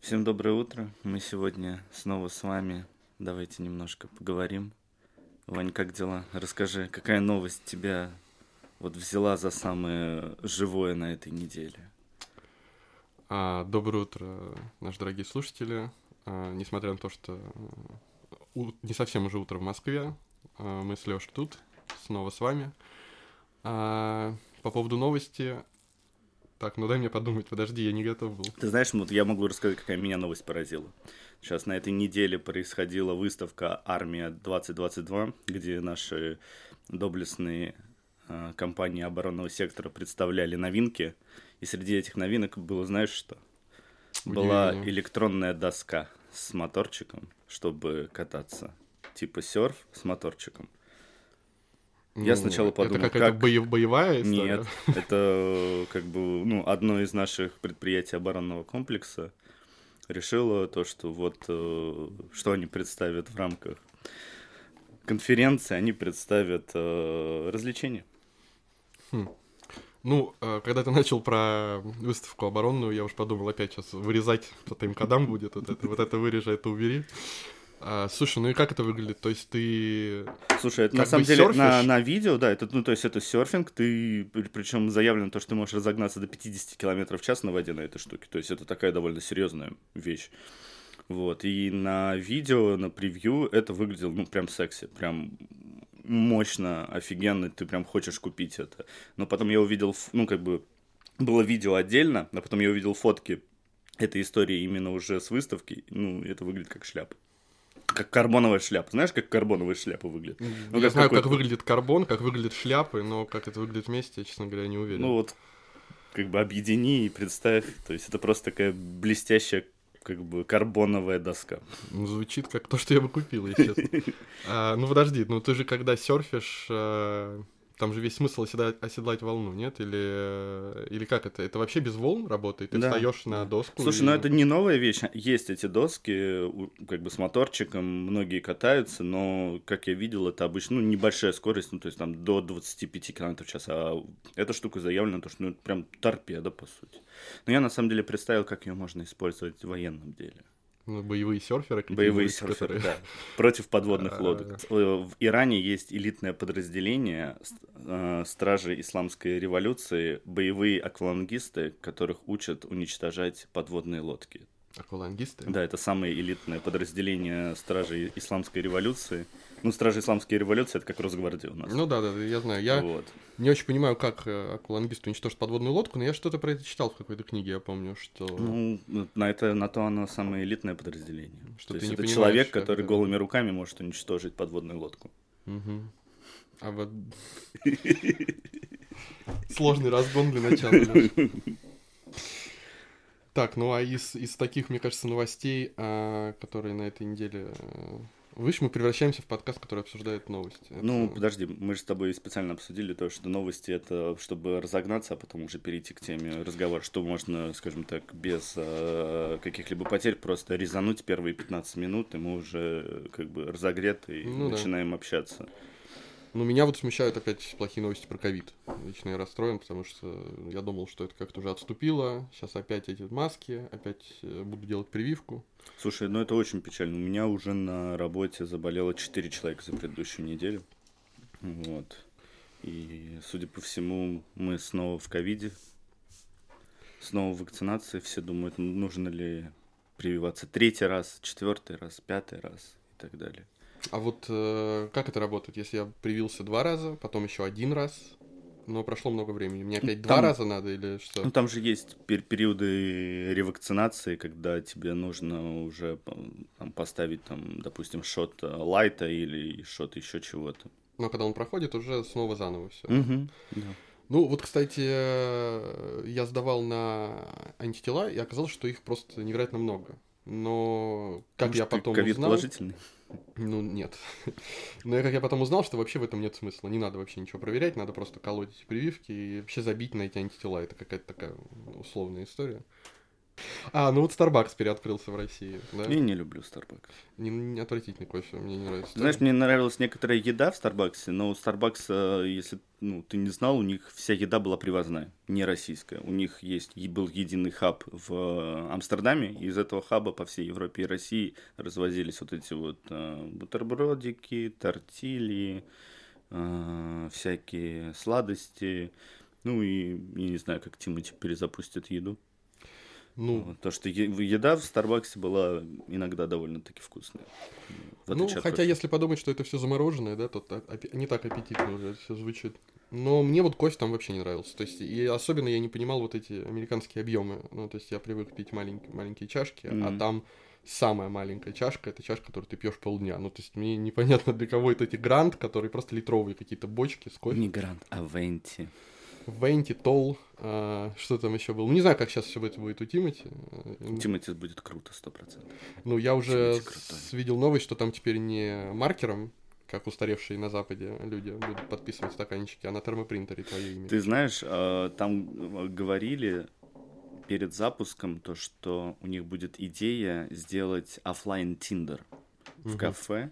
Всем доброе утро. Мы сегодня снова с вами. Давайте немножко поговорим. Вань, как дела? Расскажи, какая новость тебя вот взяла за самое живое на этой неделе? Доброе утро, наши дорогие слушатели. Несмотря на то, что не совсем уже утро в Москве, мы с Лёшей тут, снова с вами. По поводу новости... Так, дай мне подумать, подожди, я не готов был. Ты знаешь, вот я могу рассказать, какая меня новость поразила. Сейчас на этой неделе происходила выставка «Армия-2022», где наши доблестные компании оборонного сектора представляли новинки. И среди этих новинок было, знаешь что? Была Удивление. электронная доска с моторчиком, чтобы кататься. Типа серф с моторчиком. Я сначала подумал, это какая-то как... боевая история? Нет, это как бы одно из наших предприятий оборонного комплекса решило то, что вот что они представят в рамках конференции, они представят развлечения. Когда ты начал про выставку оборонную, я уж подумал, опять сейчас вырезать по тайм-кодам будет, вот это вырежи, это убери. Слушай, ну и как это выглядит? То есть ты... Слушай, это на как самом бы деле серфишь? на видео, да, это, то есть это серфинг, ты, причем заявлено то, что ты можешь разогнаться до 50 км в час на воде на этой штуке, то есть это такая довольно серьезная вещь. Вот, и на видео, на превью это выглядело, прям секси, прям мощно, офигенно, ты прям хочешь купить это. Но потом я увидел, было видео отдельно, а потом я увидел фотки этой истории именно уже с выставки, это выглядит как шляпа. Как карбоновая шляпа. Знаешь, как карбоновая шляпа выглядит? Я знаю, как выглядит карбон, как выглядят шляпы, но как это выглядит вместе, я, честно говоря, не уверен. Как бы объедини и представь. То есть это просто такая блестящая, как бы, карбоновая доска. Звучит как то, что я бы купил, если честно. Подожди, ты же когда серфишь, там же весь смысл оседлать волну, нет? Или как это? Это вообще без волн работает? Ты Да, встаешь на да. доску Слушай, и... это не новая вещь. Есть эти доски, как бы с моторчиком, многие катаются, но, как я видел, это обычно, небольшая скорость, то есть там до 25 км в час, а эта штука заявлена, то, что, это прям торпеда, по сути. Но я, на самом деле, представил, как ее можно использовать в военном деле. Боевые серферы Боевые какие-нибудь, серферы, которые... да. Против подводных лодок. В Иране есть элитное подразделение стражи исламской революции, боевые аквалангисты, которых учат уничтожать подводные лодки. Аквалангисты? Да, это самое элитное подразделение стражей исламской революции. Стражи исламской революции — это как Росгвардия у нас. Да, я знаю. Я не очень понимаю, как аквалангист уничтожит подводную лодку, но я что-то про это читал в какой-то книге, я помню, что... На то оно самое элитное подразделение. Что то ты есть не это понимаешь, человек, как который это... голыми руками может уничтожить подводную лодку. Угу. Сложный разгон для начала. Так, из таких, мне кажется, новостей, которые на этой неделе... мы превращаемся в подкаст, который обсуждает новости. Подожди, мы же с тобой специально обсудили то, что новости — это чтобы разогнаться, а потом уже перейти к теме разговора, что можно, скажем так, без каких-либо потерь просто резануть первые 15 минут, и мы уже как бы разогреты и начинаем общаться. Меня смущают опять плохие новости про ковид. Лично я расстроен, потому что я думал, что это как-то уже отступило. Сейчас опять эти маски, опять буду делать прививку. Слушай, это очень печально. У меня уже на работе заболело 4 человека за предыдущую неделю. Вот. И, судя по всему, мы снова в ковиде. Снова в вакцинации. Все думают, нужно ли прививаться 3-й раз, 4-й раз, 5-й раз и так далее. А как это работает, если я привился 2 раза, потом еще 1 раз, но прошло много времени? Мне опять 2 раза надо или что? Там же есть периоды ревакцинации, когда тебе нужно уже поставить, допустим, шот лайта или шот еще чего-то. Но когда он проходит, уже снова заново все. Да. Кстати, я сдавал на антитела, и оказалось, что их просто невероятно много. Но как я потом узнал... ковид-положительный? Нет. Но как я потом узнал, что вообще в этом нет смысла. Не надо вообще ничего проверять, надо просто колоть эти прививки и вообще забить на эти антитела. Это какая-то такая условная история. Ну вот Starbucks переоткрылся в России, да? Я не люблю Starbucks. Отвратительный кофе, мне не нравится. Знаешь, мне нравилась некоторая еда в Старбаксе, но у Starbucks, если ты не знал, у них вся еда была привозная, не российская. У них был единый хаб в Амстердаме, и из этого хаба по всей Европе и России развозились вот эти вот бутербродики, тортильи, всякие сладости. Ну и я не знаю, как Тимати перезапустит еду. Ну, То, что еда в Старбаксе была иногда довольно-таки вкусная. хотя если подумать, что это все замороженное, да, то не так аппетитно уже все звучит. Но мне вот кофе там вообще не нравился. То есть, и особенно я не понимал вот эти американские объемы. Ну, то есть я привык пить маленькие чашки, а там самая маленькая чашка — это чашка, которую ты пьешь полдня. Ну, то есть мне непонятно, для кого это эти Грант, которые просто литровые какие-то бочки с кофе. Не Грант, а Венти. Венти, Толл, что там еще было. Ну, не знаю, как сейчас все это будет у Тимати. У Тимати будет круто, 100%. Ну, я уже видел новость, что там теперь не маркером, как устаревшие на Западе люди будут подписывать стаканчики, а на термопринтере твое имя. Ты знаешь, там говорили перед запуском то, что у них будет идея сделать офлайн Тиндер в кафе,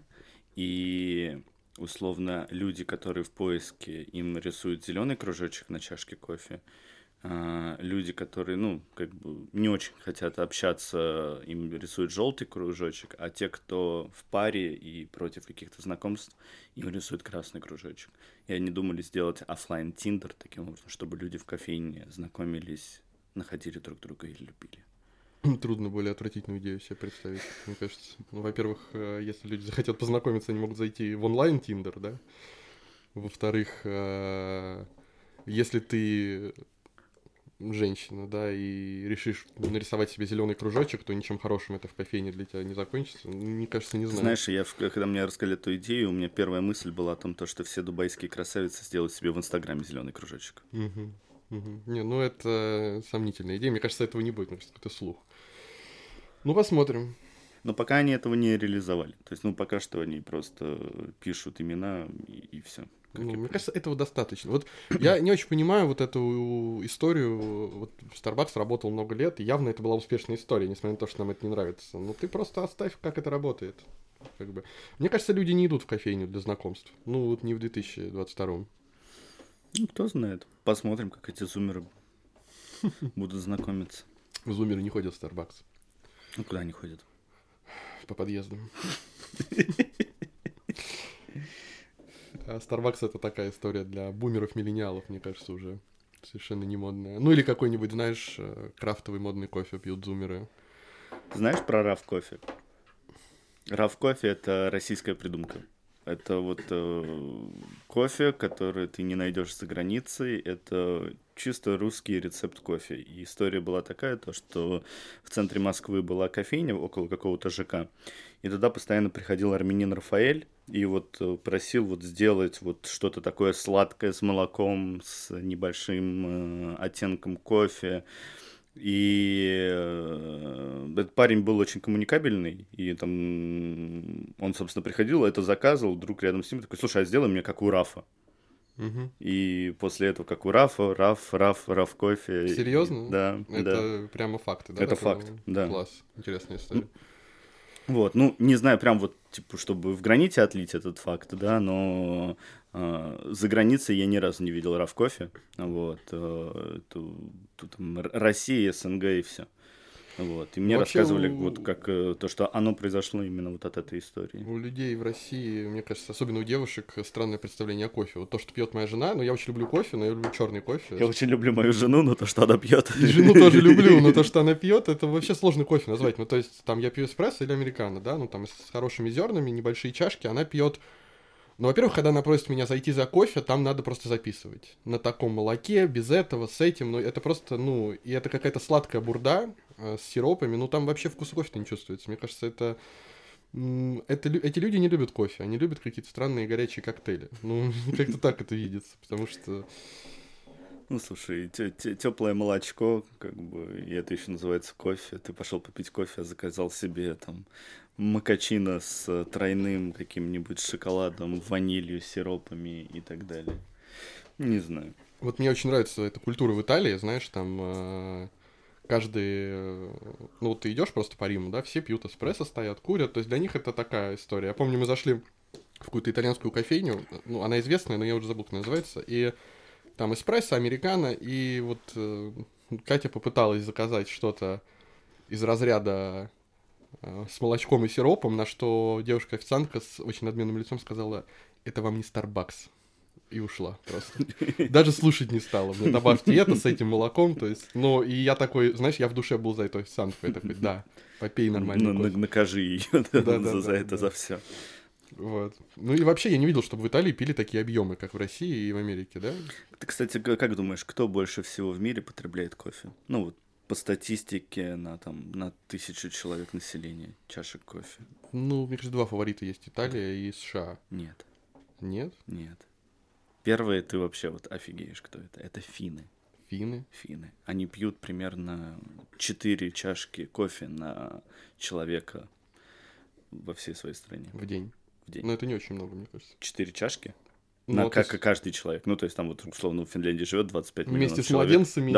и условно люди, которые в поиске, им рисуют зеленый кружочек на чашке кофе, люди, которые, не очень хотят общаться, им рисуют желтый кружочек, а те, кто в паре и против каких-то знакомств, им рисуют красный кружочек. И они думали сделать офлайн Тиндер таким образом, чтобы люди в кофейне знакомились, находили друг друга и любили. Трудно более отвратительную идею себе представить, мне кажется. Ну, во-первых, если люди захотят познакомиться, они могут зайти в онлайн Тиндер, да? Во-вторых, если ты женщина, да, и решишь нарисовать себе зеленый кружочек, то ничем хорошим это в кофейне для тебя не закончится. Мне кажется, не знаю. Знаешь, когда мне рассказали эту идею, у меня первая мысль была о том, что все дубайские красавицы сделают себе в Инстаграме зеленый кружочек. Не, ну это сомнительная идея. Мне кажется, этого не будет, мне кажется, это слух. Ну, посмотрим. Но пока они этого не реализовали. То есть, пока что они просто пишут имена и все. Мне кажется, этого достаточно. Вот я не очень понимаю вот эту историю. Вот Starbucks работал много лет, и явно это была успешная история, несмотря на то, что нам это не нравится. Ну, ты просто оставь, как это работает. Как бы. Мне кажется, люди не идут в кофейню для знакомств. Ну, вот не в 2022. Кто знает. Посмотрим, как эти зумеры будут знакомиться. Зумеры не ходят в Starbucks. Ну, куда они ходят? По подъездам. А Starbucks — это такая история для бумеров-миллениалов, мне кажется, уже совершенно не модная. Ну или какой-нибудь, знаешь, крафтовый модный кофе пьют зумеры. Знаешь про Раф кофе? Раф кофе — это российская придумка. Это вот кофе, который ты не найдешь за границей. Это чисто русский рецепт кофе. И история была такая, то, что в центре Москвы была кофейня около какого-то ЖК. И туда постоянно приходил армянин Рафаэль и вот просил вот сделать вот что-то такое сладкое с молоком, с небольшим оттенком кофе. И этот парень был очень коммуникабельный, и там он, собственно, приходил, это заказывал, вдруг рядом с ним такой: слушай, а сделай мне как у Рафа. И после этого, как у Рафа, Раф кофе. Серьезно? Да. Это прямо факты, да? Это факт, да. Класс, интересная история. Вот, не знаю, прям вот, типа, чтобы в граните отлить этот факт, да, но за границей я ни разу не видел Раф кофе, вот, тут там Россия, СНГ и все. Вот. И мне рассказывали, вот как то, что оно произошло именно вот от этой истории. У людей в России, мне кажется, особенно у девушек, странное представление о кофе. Вот то, что пьет моя жена, я очень люблю кофе, но я люблю черный кофе. Я очень люблю мою жену, но то, что она пьет. И жену тоже люблю, но то, что она пьет, это вообще сложный кофе назвать. Ну, то есть, там я пью эспрессо или американо, да, там с хорошими зернами, небольшие чашки, она пьет. Ну, во-первых, когда она просит меня зайти за кофе, там надо просто записывать. На таком молоке, без этого, с этим. Это просто, и это какая-то сладкая бурда с сиропами. Там вообще вкус кофе не чувствуется. Мне кажется, эти люди не любят кофе. Они любят какие-то странные горячие коктейли. Как-то так это видится, потому что... Слушай, теплое молочко, и это еще называется кофе. Ты пошел попить кофе, заказал себе там макачино с тройным каким-нибудь шоколадом, ванилью, сиропами и так далее. Не знаю. Вот мне очень нравится эта культура в Италии, знаешь, там каждый... Ну, вот ты идешь просто по Риму, да, все пьют эспрессо, стоят, курят. То есть для них это такая история. Я помню, мы зашли в какую-то итальянскую кофейню. Ну, она известная, но я уже забыл, как называется. И там эспрессо, американо. И вот Катя попыталась заказать что-то из разряда с молочком и сиропом, на что девушка-официантка с очень надменным лицом сказала: это вам не Starbucks. И ушла просто. Даже слушать не стала. Мне добавьте это с этим молоком, то есть, ну, и я такой, знаешь, я в душе был за эту официантку, я такой, да, попей нормальный кофе. Накажи ее за это, за все. Вот. Ну и вообще я не видел, чтобы в Италии пили такие объемы, как в России и в Америке, да? Ты, кстати, как думаешь, кто больше всего в мире потребляет кофе? Ну вот по статистике на 1000 человек населения чашек кофе. Ну, мне кажется, два фаворита есть: Италия и США. Нет. Нет? Нет. Первые ты вообще вот офигеешь, кто это. Это финны. Финны? Финны. Они пьют примерно 4 чашки кофе на человека во всей своей стране. В день. В день. Но это не очень много, мне кажется. 4 чашки? Ну, Как каждый человек. Ну, то есть там вот, условно, в Финляндии живет 25 миллионов вместе с человек. младенцами.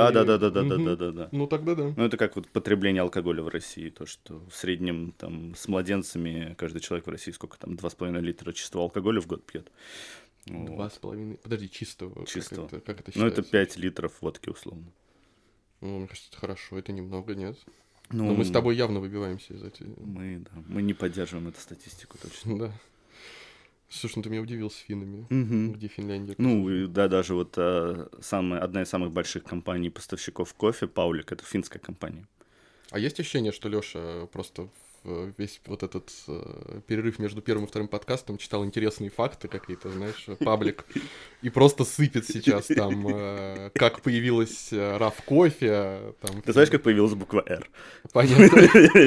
Да. Ну, тогда да. Ну, это как вот потребление алкоголя в России. То, что в среднем там с младенцами каждый человек в России сколько там, 2,5 литра чистого алкоголя в год пьет. 2,5. Подожди, чистого. Чистого. Как это считается? Ну, это 5 литров водки, условно. Ну, мне кажется, это хорошо, это немного, нет? Ну, но мы с тобой явно выбиваемся из этой... Мы не поддерживаем эту статистику точно. Да. Слушай, ну ты меня удивил с финнами. Где Финляндия? Ну, да, даже вот одна из самых больших компаний-поставщиков кофе, Паулик, это финская компания. А есть ощущение, что Лёша просто весь вот этот перерыв между первым и вторым подкастом читал интересные факты какие-то, знаешь, паблик, и просто сыпет сейчас там, как появилась RAV кофе. Там, Ты знаешь, как появилась буква «Р»? Понятно.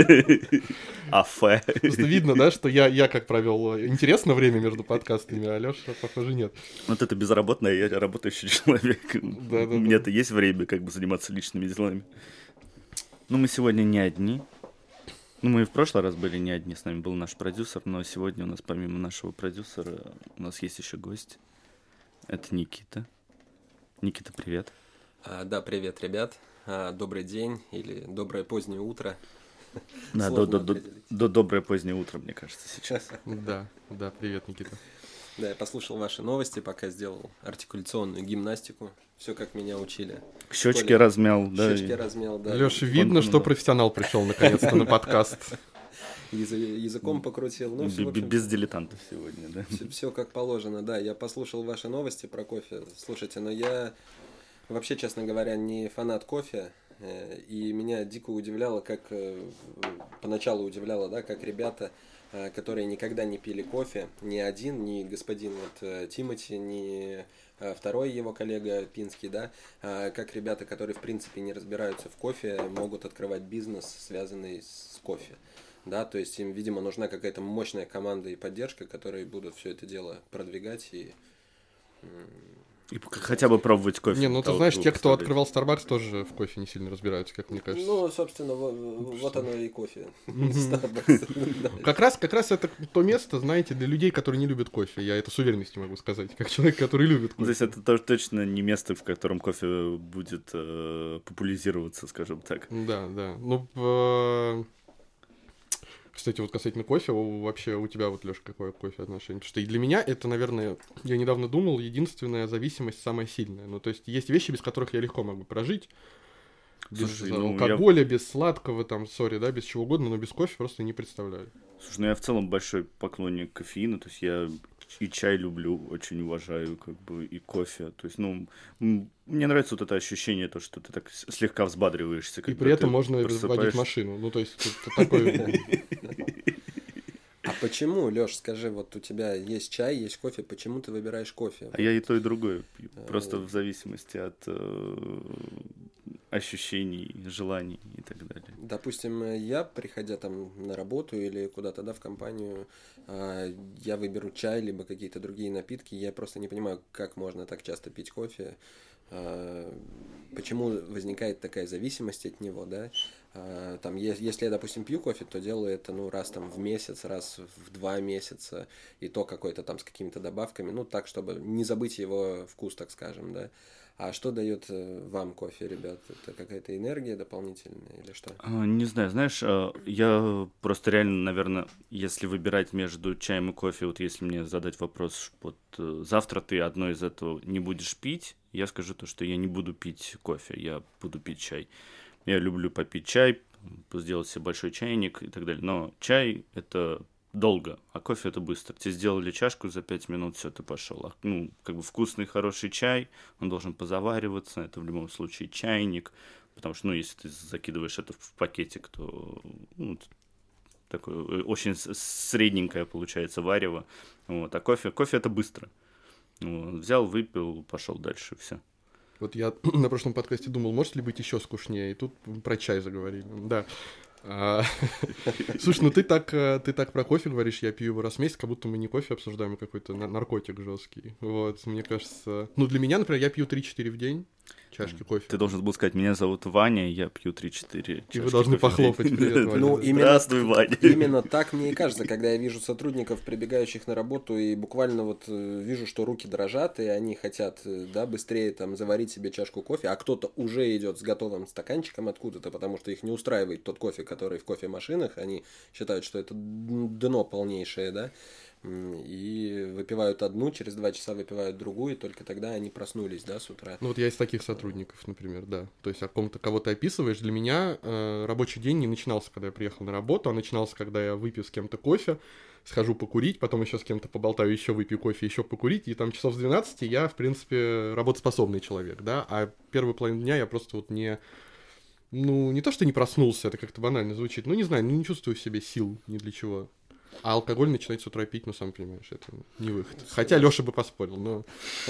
АФ. Просто видно, да, что я как провел интересное время между подкастами, а Лёша, похоже, нет. Вот это безработный, а я работающий человек. Да. У меня-то есть время как бы заниматься личными делами. Ну, мы сегодня не одни. Ну, мы и в прошлый раз были не одни, с нами был наш продюсер, но сегодня у нас помимо нашего продюсера у нас есть еще гость. Это Никита. Никита, привет. Да, привет, ребят. Добрый день или доброе позднее утро. Да, доброе позднее утро, мне кажется, сейчас. Да, привет, Никита. Да, я послушал ваши новости, пока сделал артикуляционную гимнастику. Все, как меня учили. Щечки размял, да. Щечки размял, да. Лёша, видно, что профессионал пришел наконец-то на подкаст. Языком покрутил. Ну, без дилетантов сегодня, да. Все как положено, да. Я послушал ваши новости про кофе. Слушайте, но я вообще, честно говоря, не фанат кофе. И меня дико удивляло, поначалу удивляло, да, как ребята, которые никогда не пили кофе, ни один, ни господин Тимати, ни второй его коллега Пинский, да, как ребята, которые в принципе не разбираются в кофе, могут открывать бизнес, связанный с кофе. Да, то есть им, видимо, нужна какая-то мощная команда и поддержка, которые будут все это дело продвигать и хотя бы пробовать кофе. Не, ну ты знаешь, те, кто открывал Starbucks, тоже в кофе не сильно разбираются, как мне кажется. Ну, собственно, вот оно и кофе. Как раз это то место, знаете, для людей, которые не любят кофе. Я это с уверенностью могу сказать, как человек, который любит кофе. То есть это тоже точно не место, в котором кофе будет популяризироваться, скажем так. Да. Ну, кстати, вот касательно кофе, вообще у тебя вот, Лёш, какое кофе отношение? Потому что и для меня это, наверное, я недавно думал, единственная зависимость самая сильная. Ну, то есть есть вещи, без которых я легко могу прожить. Без алкоголя, без сладкого, там, да, без чего угодно, но без кофе просто не представляю. Слушай, ну я в целом большой поклонник кофеина, то есть я и чай люблю, очень уважаю, как бы, и кофе. То есть, ну, мне нравится вот это ощущение, то, что ты так слегка взбадриваешься. И при этом можно водить машину. Ну, то есть, это такой... А почему, Лёш, скажи, вот у тебя есть чай, есть кофе, почему ты выбираешь кофе? А я и то, и другое пью. Просто в зависимости от ощущений, желаний и так далее. Допустим, я, приходя там на работу или куда-то, да, в компанию, я выберу чай, либо какие-то другие напитки, я просто не понимаю, как можно так часто пить кофе, почему возникает такая зависимость от него, да. Там, если я, допустим, пью кофе, то делаю это, ну, раз там в месяц, раз в 2 месяца, и то какой-то там с какими-то добавками, ну, так, чтобы не забыть его вкус, так скажем, да. А что дает вам кофе, ребят? Это какая-то энергия дополнительная или что? Не знаю, знаешь, я просто реально, наверное, если выбирать между чаем и кофе, вот если мне задать вопрос, вот завтра ты одно из этого не будешь пить, я скажу то, что я не буду пить кофе, я буду пить чай. Я люблю попить чай, сделать себе большой чайник и так далее. Но чай — это долго, а кофе — это быстро. Тебе сделали чашку за 5 минут, все, ты пошел. Ну, как бы вкусный, хороший чай, он должен позавариваться, это в любом случае чайник, потому что, ну, если ты закидываешь это в пакетик, то ну, такое очень средненькое получается варево. Вот. А кофе это быстро. Вот. Взял, выпил, пошел дальше, все. Вот я на прошлом подкасте думал, может ли быть еще скучнее, и тут про чай заговорили. Да. Слушай, ну ты так про кофе говоришь, я пью его раз в месяц, как будто мы не кофе обсуждаем, а какой-то наркотик жесткий. Вот, мне кажется... Ну, для меня, например, я пью 3-4 в день чашки кофе. Ты должен был сказать, меня зовут Ваня, я пью 3-4 И вы должны похлопать. Привет, Ваня. Ну, Здравствуй, Ваня. Именно так мне и кажется, когда я вижу сотрудников, прибегающих на работу, и буквально вот вижу, что руки дрожат, и они хотят, да, быстрее там заварить себе чашку кофе, а кто-то уже идет с готовым стаканчиком откуда-то, потому что их не устраивает тот кофе, который в кофемашинах, они считают, что это дно полнейшее, да, и выпивают одну, через 2 часа выпивают другую, и только тогда они проснулись, да, с утра. Ну вот я из таких сотрудников, например, да. То есть кого ты описываешь. Для меня рабочий день не начинался, когда я приехал на работу, а начинался, когда я выпью с кем-то кофе, схожу покурить, потом еще с кем-то поболтаю, еще выпью кофе, еще покурить, и там часов с 12 я, в принципе, работоспособный человек, да, а первую половину дня я просто вот не то, что не проснулся, это как-то банально звучит, не знаю, не чувствую в себе сил ни для чего. А алкоголь начинать с утра пить, сам понимаешь, это не выход. Хотя Лёша бы поспорил, но...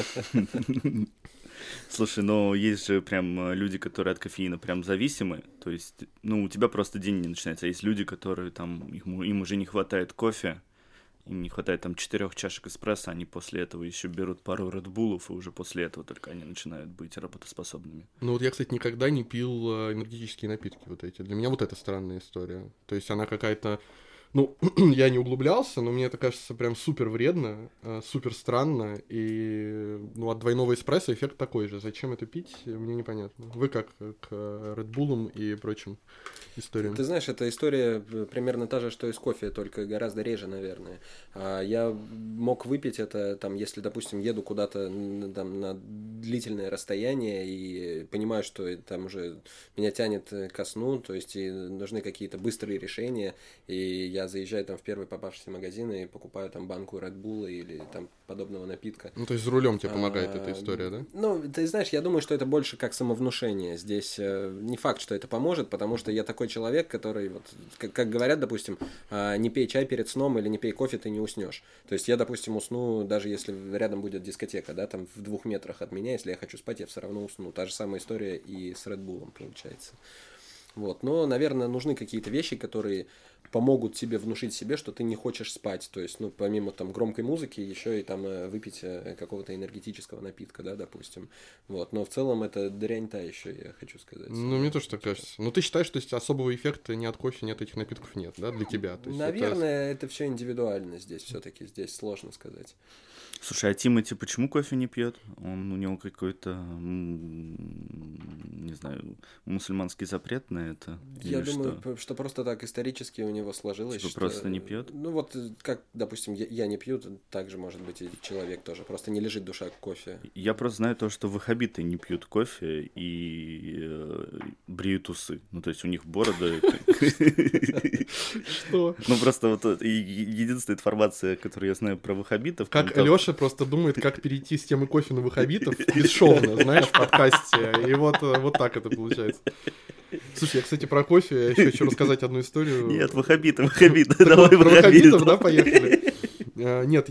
Слушай, но есть же прям люди, которые от кофеина прям зависимы. То есть, у тебя просто день не начинается. А есть люди, которые там, им уже не хватает кофе, им не хватает там 4 чашек эспрессо, они после этого еще берут пару редбулов, и уже после этого только они начинают быть работоспособными. Вот я, кстати, никогда не пил энергетические напитки вот эти. Для меня вот это странная история. То есть она какая-то... я не углублялся, но мне это кажется прям супер вредно, супер странно, и от двойного эспрессо эффект такой же. Зачем это пить, мне непонятно. Вы как к Red Bull'ам и прочим историям? Ты знаешь, эта история примерно та же, что и с кофе, только гораздо реже, наверное. Я мог выпить это, там, если, допустим, еду куда-то там, на длительное расстояние и понимаю, что там уже меня тянет ко сну, то есть и нужны какие-то быстрые решения, и я заезжаю там в первый попавшийся магазин и покупаю там банку Red Bull или там подобного напитка. То есть за рулем тебе помогает эта история, да? Ты знаешь, я думаю, что это больше как самовнушение. Здесь не факт, что это поможет, потому что я такой человек, который, вот, как говорят, допустим, не пей чай перед сном или не пей кофе, ты не уснешь. То есть я, допустим, усну, даже если рядом будет дискотека, да, там в 2 метрах от меня, если я хочу спать, я все равно усну. Та же самая история и с Red Bull, получается. Вот. Но, наверное, нужны какие-то вещи, которые помогут тебе внушить себе, что ты не хочешь спать. То есть, помимо там громкой музыки, еще и там выпить какого-то энергетического напитка, да, допустим. Вот. Но в целом это дрянь та еще, я хочу сказать. Мне тоже так кажется. Ты считаешь, что особого эффекта ни от кофе, ни от этих напитков нет, да, для тебя? То есть наверное, это все индивидуально здесь, все-таки здесь сложно сказать. Слушай, а Тимати почему кофе не пьет? У него какой-то, не знаю, мусульманский запрет на это? Я думаю, что просто так исторически у него сложилось. Что просто не пьет? Как, допустим, я не пью, так же может быть и человек тоже. Просто не лежит душа к кофе. Я просто знаю то, что ваххабиты не пьют кофе и бреют усы. То есть у них бороды... Что? Просто вот единственная информация, которую я знаю про ваххабитов... Как Лёша просто думает, как перейти с темы кофе на ваххабитов бесшовно, знаешь, в подкасте. И вот так это получается. Слушай, я, кстати, про кофе еще хочу рассказать одну историю. Нет, ваххабиты. Давай про ваххабитов, да, поехали? Нет,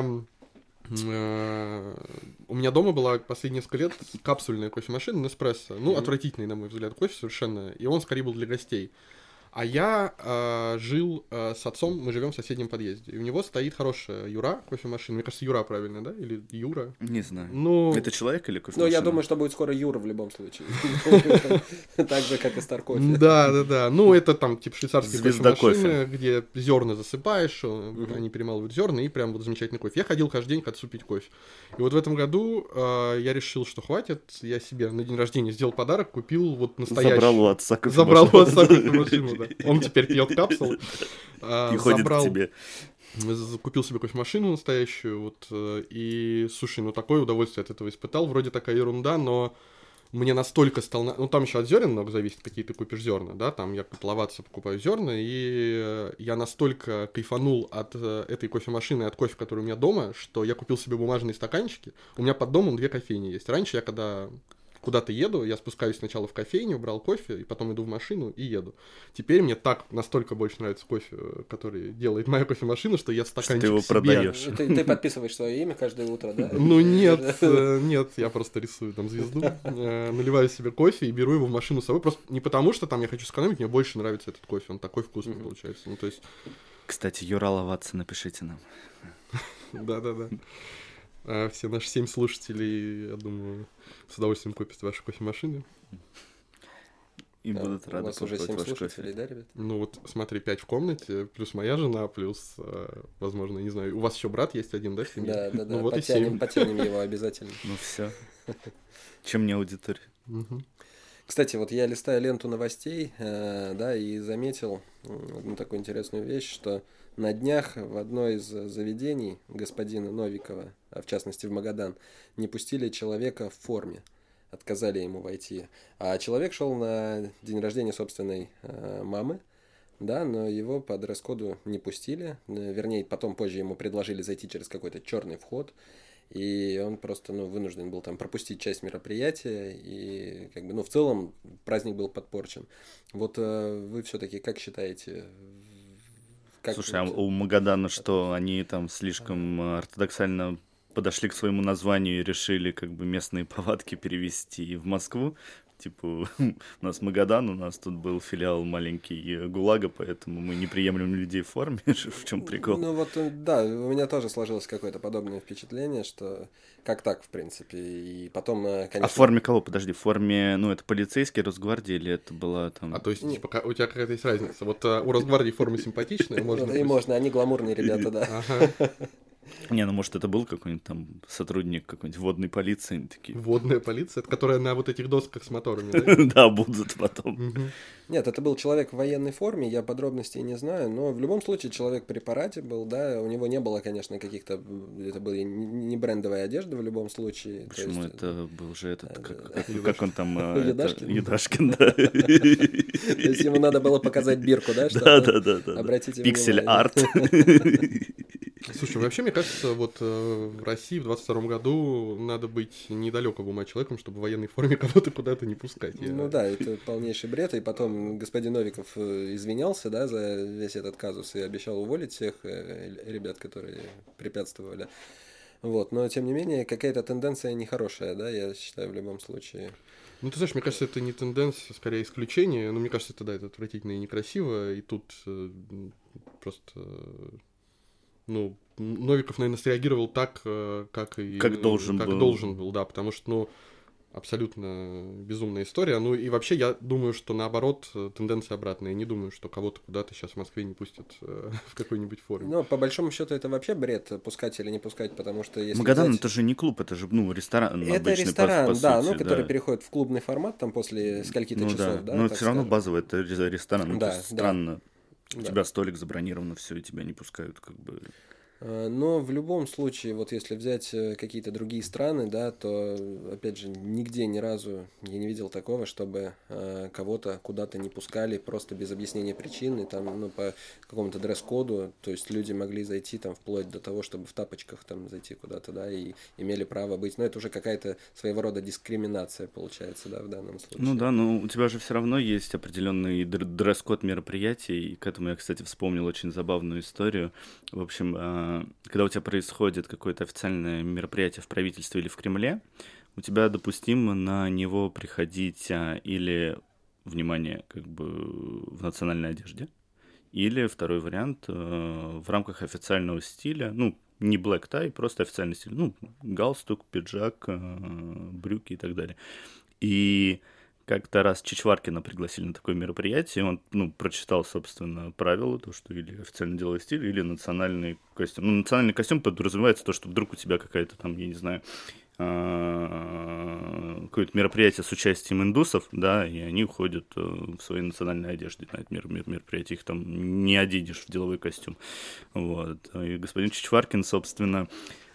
у меня дома была последние несколько лет капсульная кофемашина Nespresso. Отвратительный, на мой взгляд, кофе совершенно. И он скорее был для гостей. А я жил с отцом, мы живем в соседнем подъезде. И у него стоит хорошая Юра кофемашина. Мне кажется, Юра правильно, да? Или Юра? Не знаю. Ну, Это человек или кофемашина? Ну, я думаю, что будет скоро Юра в любом случае. Так же, как и Старкофе. да. Ну, это там типа швейцарские Звезда кофемашины, где зерна засыпаешь, они перемалывают зерна, и прям вот замечательный кофе. Я ходил каждый день к отцу пить кофе. И вот в этом году я решил, что хватит. Я себе на день рождения сделал подарок, купил вот настоящий. Забрал у отца кофемашину, да. Он теперь пьет капсулы. И ходит к тебе. Купил себе кофемашину настоящую, вот, и, слушай, ну такое удовольствие от этого испытал. Вроде такая ерунда, но мне настолько стало... Ну, там еще от зерен много зависит, какие ты купишь зерна, да, там я котловаться покупаю зерна, и я настолько кайфанул от этой кофемашины, от кофе, который у меня дома, что я купил себе бумажные стаканчики. У меня под домом 2 кофейни есть. Раньше я, когда куда-то еду, я спускаюсь сначала в кофейню, брал кофе, и потом иду в машину и еду. Теперь мне настолько больше нравится кофе, который делает моя кофемашина, что я стаканчик что ты его себе... продаешь. Ты подписываешь свое имя каждое утро, да? Ну нет, я просто рисую там звезду, наливаю себе кофе и беру его в машину с собой, просто не потому, что там я хочу сэкономить, мне больше нравится этот кофе, он такой вкусный получается, ну то есть... Кстати, Юра Ловатца, напишите нам. Да. Все наши 7 слушателей, я думаю, с удовольствием купят ваши кофемашины. И будут рады. У вас уже 7 слушателей, да, ребят? Ну вот смотри, 5 в комнате, плюс моя жена, плюс, возможно, не знаю, у вас еще брат есть один, да, в семье? Да, ну, вот потянем его обязательно. Ну все. Чем не аудитория? Кстати, вот я листаю ленту новостей, да, и заметил одну такую интересную вещь, что на днях в одно из заведений господина Новикова, а в частности в Магадан, не пустили человека в форме. Отказали ему войти. А человек шел на день рождения собственной мамы, да, но его по дресс-коду не пустили. Вернее, потом позже ему предложили зайти через какой-то черный вход. И он просто, вынужден был там пропустить часть мероприятия. И как бы, в целом праздник был подпорчен. Вот вы все-таки как считаете... Слушай, а у Магадана что, они там слишком ортодоксально подошли к своему названию и решили как бы местные повадки перевести в Москву? Типа, у нас Магадан, у нас тут был филиал маленький ГУЛАГа, поэтому мы не приемлем людей в форме. В чем прикол? Ну вот, да, у меня тоже сложилось какое-то подобное впечатление, что как так, в принципе, и потом, конечно... А в форме кого? Подожди, в форме, это полицейский, Росгвардия или это была там... А то есть, типа, у тебя какая-то есть разница? Вот у Росгвардии форма симпатичная, можно... И можно, они гламурные ребята, да. Не, может, это был какой-нибудь там сотрудник какой-нибудь водной полиции, они такие... Водная полиция? Это которая на вот этих досках с моторами, да? Да, будут потом. Нет, это был человек в военной форме, я подробностей не знаю, но в любом случае человек при параде был, да, у него не было, конечно, каких-то... Это были не брендовая одежда в любом случае. Почему? Это был же этот... Как он там... Юдашкин? Юдашкин, да. То есть ему надо было показать бирку, да? Да. Обратите внимание. Пиксель-арт. Слушай, вообще, мне кажется, вот в России в 22-м году надо быть недалекого ума человеком, чтобы в военной форме кого-то куда-то не пускать. Ну да, это полнейший бред, и потом господин Новиков извинялся, да, за весь этот казус и обещал уволить всех ребят, которые препятствовали. Вот, но тем не менее, какая-то тенденция нехорошая, да, я считаю, в любом случае. Ну, ты знаешь, мне кажется, это не тенденция, скорее исключение, но мне кажется, это, да, это отвратительно и некрасиво, и тут просто... Новиков, наверное, среагировал так, как должен был, да, потому что, абсолютно безумная история. Ну, и вообще, я думаю, что, наоборот, тенденция обратная. Я не думаю, что кого-то куда-то сейчас в Москве не пустят в какой-нибудь форме. Ну, по большому счету, это вообще бред, пускать или не пускать, потому что если Магадан это же не клуб, это же, ресторан. Это ресторан, по сути, который да. переходит в клубный формат, там, после скольки-то часов, да? Но все равно базовый, это ресторан. Да, странно. У тебя столик забронирован, все, и тебя не пускают, как бы... Но в любом случае, вот если взять какие-то другие страны, да, то, опять же, нигде ни разу я не видел такого, чтобы кого-то куда-то не пускали просто без объяснения причины, там, по какому-то дресс-коду, то есть люди могли зайти там вплоть до того, чтобы в тапочках там зайти куда-то, да, и имели право быть. Но это уже какая-то своего рода дискриминация получается, да, в данном случае. Ну да, но у тебя же все равно есть определенный дресс-код мероприятий, и к этому я, кстати, вспомнил очень забавную историю. В общем, когда у тебя происходит какое-то официальное мероприятие в правительстве или в Кремле, у тебя допустимо на него приходить или внимание как бы в национальной одежде. Или второй вариант в рамках официального стиля, ну, не black tie, просто официальный стиль, ну, галстук, пиджак, брюки и так далее. И как-то раз Чичваркина пригласили на такое мероприятие, он, ну, прочитал, собственно, правила, то, что или официально деловой стиль, или национальный костюм. Ну, национальный костюм подразумевается то, что вдруг у тебя какая-то там, я не знаю, какое-то мероприятие с участием индусов, да, и они уходят в своей национальной одежде на это мероприятие, их там не оденешь в деловой костюм. Вот. И господин Чичваркин, собственно,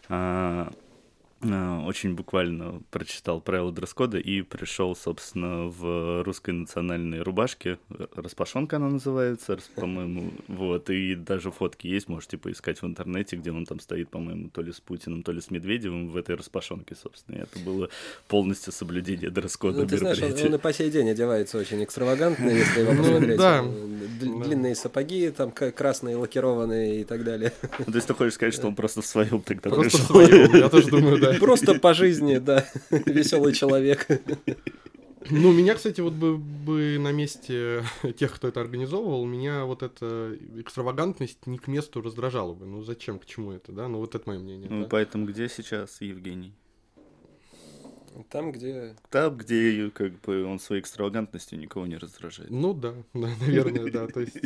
очень буквально прочитал правила дресс-кода и пришел, собственно, в русской национальной рубашке. Распашонка она называется, по-моему. Вот, и даже фотки есть, можете поискать в интернете, где он там стоит, по-моему, то ли с Путиным, то ли с Медведевым в этой распашонке, собственно. И это было полностью соблюдение дресс-кода. Ну, ты знаешь, он и по сей день одевается очень экстравагантно, если его посмотреть. Да. Длинные сапоги, там красные, лакированные и так далее. То есть ты хочешь сказать, что он просто в своем тогда Просто в пришел? своем, я тоже думаю, да. Просто по жизни, да, веселый человек. Ну, меня, кстати, вот бы на месте тех, кто это организовывал, меня вот эта экстравагантность не к месту раздражала бы. Ну, зачем, к чему это, да? Ну, вот это мое мнение. Ну, да. поэтому где сейчас Евгений? Там, где... Там, где как бы он своей экстравагантностью никого не раздражает. Ну, да, наверное, да. То есть...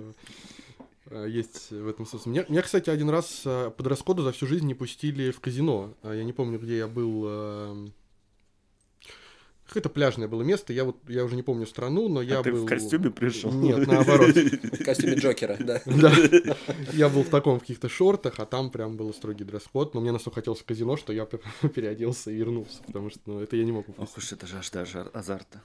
Есть в этом смысл. Меня, кстати, один раз по дресс-коду за всю жизнь не пустили в казино. Я не помню, где я был. Какое-то пляжное было место. Я уже не помню страну, но я ты был... в костюме пришел? Нет, наоборот. В костюме Джокера, да. Да. Я был в таком, в каких-то шортах, а там прям был строгий дресс-код. Но мне настолько хотелось в казино, что я переоделся и вернулся, потому что это я не мог упустить. Ох уж это жажда азарта.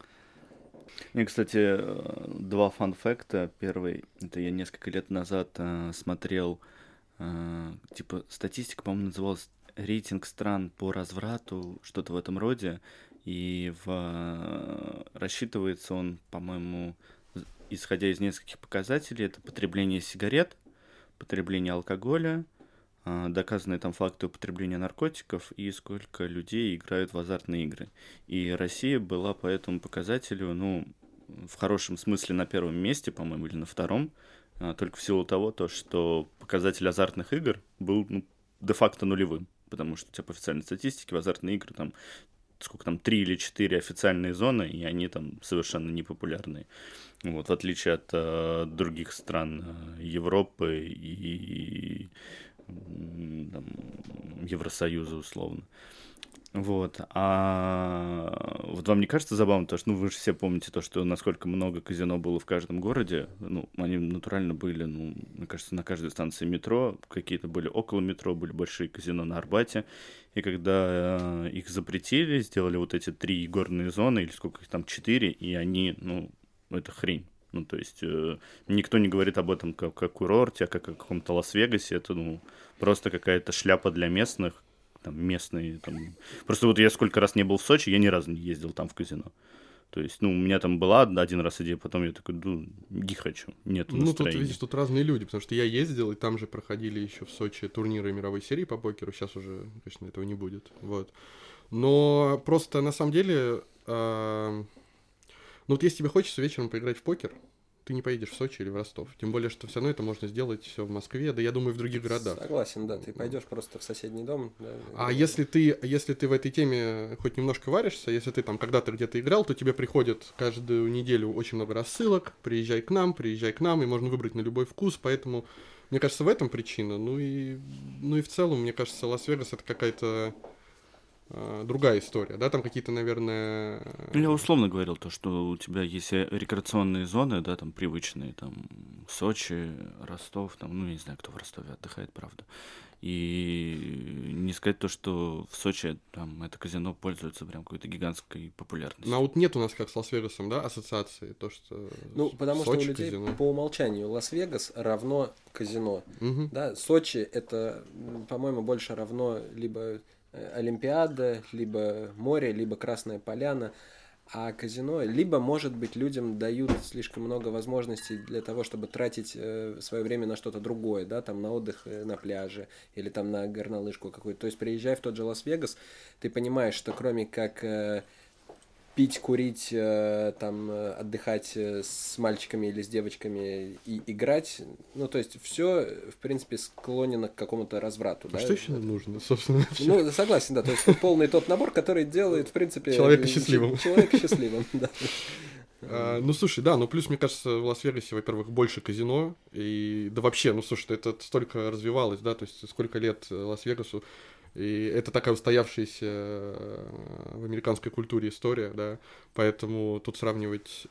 Мне, кстати, два фан-факта. Первый, это я несколько лет назад смотрел, типа, статистика, по-моему, называлась «Рейтинг стран по разврату», что-то в этом роде. И рассчитывается он, по-моему, исходя из нескольких показателей. Это потребление сигарет, потребление алкоголя, доказанные там факты употребления наркотиков и сколько людей играют в азартные игры. И Россия была по этому показателю, ну, в хорошем смысле на первом месте, по-моему, или на втором, только в силу того, что показатель азартных игр был, ну, де-факто нулевым, потому что у тебя по официальной статистике в азартные игры там сколько там, 3 или 4 официальные зоны, и они там совершенно непопулярные. Вот, в отличие от других стран Европы и там, Евросоюза, условно. Вот. А вот вам не кажется забавно, то, что, ну, вы же все помните то, что насколько много казино было в каждом городе. Ну, они натурально были, ну, мне кажется, на каждой станции метро. Какие-то были около метро, были большие казино на Арбате. И когда их запретили, сделали вот эти 3 горные зоны, или сколько их там, 4, и они, ну, это хрень. Ну, то есть никто не говорит об этом как о курорте, а как о каком-то Лас-Вегасе. Это, ну, просто какая-то шляпа для местных, там, местные, там... Просто вот я сколько раз не был в Сочи, я ни разу не ездил там в казино. То есть, ну, у меня там была один раз идея, потом я такой, ну, не хочу, нет настроения. Ну, тут, видишь, тут разные люди, потому что я ездил, и там же проходили еще в Сочи турниры мировой серии по покеру, сейчас уже, конечно, этого не будет, вот. Но просто, на самом деле, ну, вот если тебе хочется вечером поиграть в покер, ты не поедешь в Сочи или в Ростов. Тем более, что все равно это можно сделать все в Москве, да я думаю, в других городах. Согласен, да. Ты пойдешь просто в соседний дом. Да, а если ты в этой теме хоть немножко варишься, если ты там когда-то где-то играл, то тебе приходит каждую неделю очень много рассылок, приезжай к нам, и можно выбрать на любой вкус, поэтому, мне кажется, в этом причина. Ну и в целом, мне кажется, Лас-Вегас это какая-то другая история, да, там какие-то, наверное... Я условно говорил то, что у тебя есть рекреационные зоны, да, там привычные, там Сочи, Ростов, там, ну, я не знаю, кто в Ростове отдыхает, правда. И не сказать то, что в Сочи там это казино пользуется прям какой-то гигантской популярностью. Ну, а вот нет у нас, как с Лас-Вегасом, да, ассоциации, то, что... Ну, потому Сочи, что у людей казино. по умолчанию Лас-Вегас равно казино. Угу. Да, Сочи это, по-моему, больше равно либо Олимпиада, либо море, либо Красная Поляна. А казино, либо, может быть, людям дают слишком много возможностей для того, чтобы тратить свое время на что-то другое, да, там на отдых на пляже или там на горнолыжку какую-то. То есть, приезжая в тот же Лас-Вегас, ты понимаешь, что кроме как пить, курить, там, отдыхать с мальчиками или с девочками и играть. Ну, то есть, все, в принципе, склонено к какому-то разврату. А да? что еще нужно, собственно? Ну, согласен, да. То есть, полный тот набор, который делает, в принципе... Человека счастливым. Человека счастливым, да. Ну, слушай, да, ну, плюс, мне кажется, в Лас-Вегасе, во-первых, больше казино, и, да вообще, ну, слушай, это столько развивалось, да, то есть сколько лет Лас-Вегасу, и это такая устоявшаяся в американской культуре история, да, поэтому тут сравнивать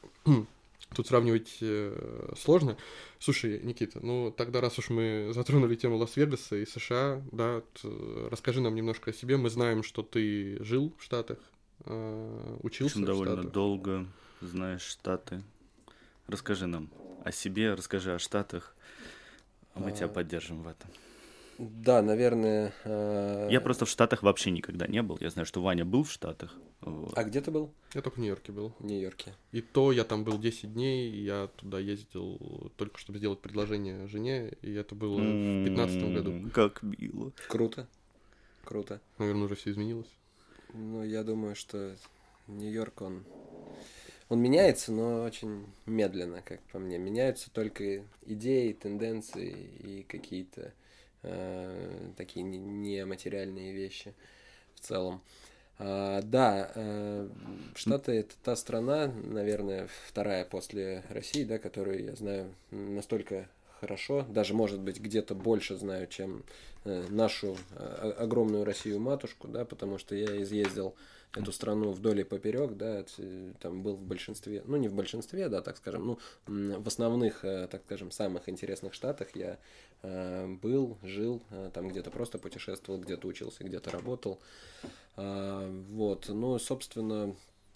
сложно. Слушай, Никита, ну тогда раз уж мы затронули тему Лас-Вегаса и США, да, расскажи нам немножко о себе. Мы знаем, что ты жил в Штатах, учился в довольно Штатах. долго знаешь Штаты. Расскажи нам о себе, расскажи о Штатах. Мы тебя поддержим в этом. Да, наверное... Я просто в Штатах вообще никогда не был. Я знаю, что Ваня был в Штатах. Вот. А где ты был? Я только в Нью-Йорке был. В Нью-Йорке. И то я там был 10 дней, я туда ездил только чтобы сделать предложение жене, и это было в 2015 году. Как мило. Круто. Круто. Наверное, уже все изменилось. Ну, я думаю, что Нью-Йорк, он меняется, но очень медленно, как по мне. Меняются только идеи, тенденции и какие-то такие нематериальные вещи в целом. Да, Штаты — это та страна, наверное, вторая после России, да, которую я знаю настолько хорошо, даже, может быть, где-то больше знаю, чем нашу огромную Россию-матушку, да, потому что я изъездил эту страну вдоль и поперек, да, там был в большинстве, ну, не в большинстве, да, так скажем, ну, в основных, так скажем, самых интересных штатах я был, жил, там где-то просто путешествовал, где-то учился, где-то работал, вот, ну, собственно...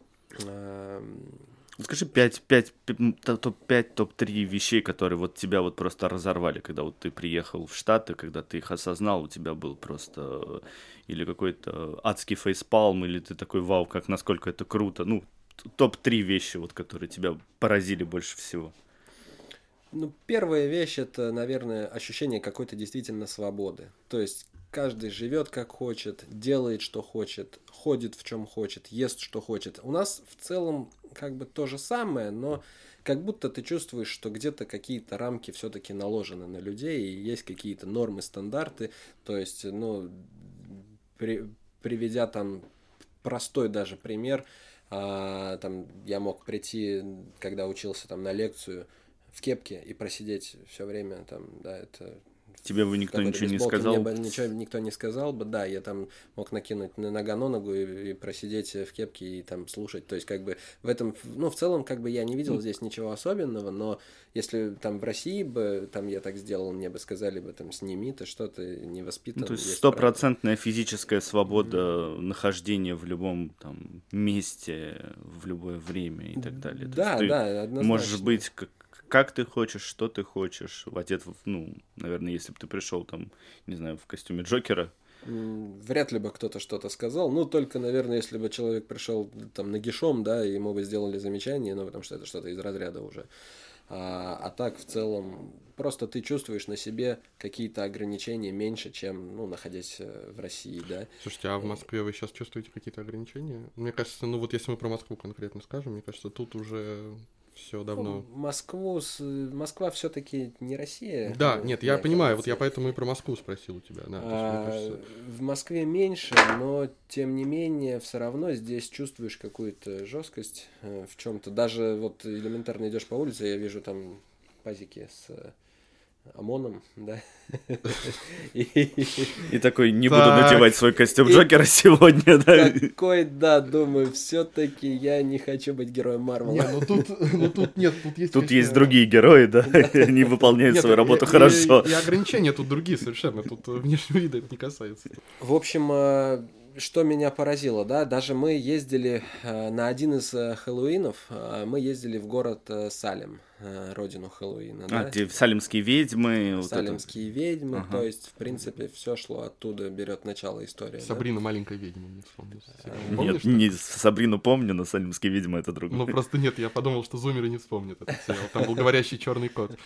Скажи топ-5, топ-3 вещей, которые вот тебя вот просто разорвали, когда вот ты приехал в Штаты, когда ты их осознал, у тебя был просто или какой-то адский фейспалм, или ты такой, вау, как насколько это круто. Ну, топ-3 вещи, вот, которые тебя поразили больше всего. Ну, первая вещь — это, наверное, ощущение какой-то действительно свободы. То есть каждый живет как хочет, делает что хочет, ходит в чем хочет, ест что хочет. У нас в целом как бы то же самое, но как будто ты чувствуешь, что где-то какие-то рамки все-таки наложены на людей, и есть какие-то нормы, стандарты. То есть, ну, приведя там простой даже пример, там я мог прийти, когда учился там на лекцию, в кепке и просидеть все время там, да, это... Тебе бы никто ничего не сказал? Мне бы ничего никто не сказал бы, да, я там мог накинуть нога на ногу и просидеть в кепке и там слушать, то есть как бы в этом, ну, в целом как бы я не видел здесь ничего особенного, но если там в России бы там я так сделал, мне бы сказали бы там сними, ты что, ты не воспитан. Ну, то есть стопроцентная физическая свобода нахождения в любом там месте, в любое время и так далее. Да, да, однозначно. Можешь быть как ты хочешь, что ты хочешь. Одет, ну, наверное, если бы ты пришел там, не знаю, в костюме Джокера. Вряд ли бы кто-то что-то сказал. Ну, только, наверное, если бы человек пришел там нагишом, да, и ему бы сделали замечание, ну, потому что это что-то из разряда уже. А так, в целом, просто ты чувствуешь на себе какие-то ограничения меньше, чем, ну, находясь в России, да. Слушайте, а в Москве вы сейчас чувствуете какие-то ограничения? Мне кажется, ну, вот если мы про Москву конкретно скажем, мне кажется, тут уже... Все давно. Москва все-таки не Россия. Да, нет, я понимаю, вот я поэтому и про Москву спросил у тебя. Да, кажется... В Москве меньше, но тем не менее все равно здесь чувствуешь какую-то жесткость в чем-то. Даже вот элементарно идешь по улице, я вижу там пазики с ОМОНом, да. И такой, не буду надевать свой костюм Джокера сегодня, да. Такой, да, думаю, все-таки я не хочу быть героем Марвела. Не, тут нет, тут есть другие герои, да, они выполняют свою работу хорошо. И ограничения тут другие совершенно, тут внешнего вида это не касается. В общем, что меня поразило, да, даже мы ездили на один из Хэллоуинов, мы ездили в город Салем, родину Хэллоуина. Да? Салемские ведьмы. Салемские ведьмы, ага. То есть, в принципе, все шло оттуда, берет начало история. Сабрина, да? Маленькая ведьма, не вспомнил. Нет, не Сабрину помню, но Салемские ведьмы это другое. Ну, просто нет, я подумал, что зумеры не вспомнят этот сериал. Там был говорящий черный кот.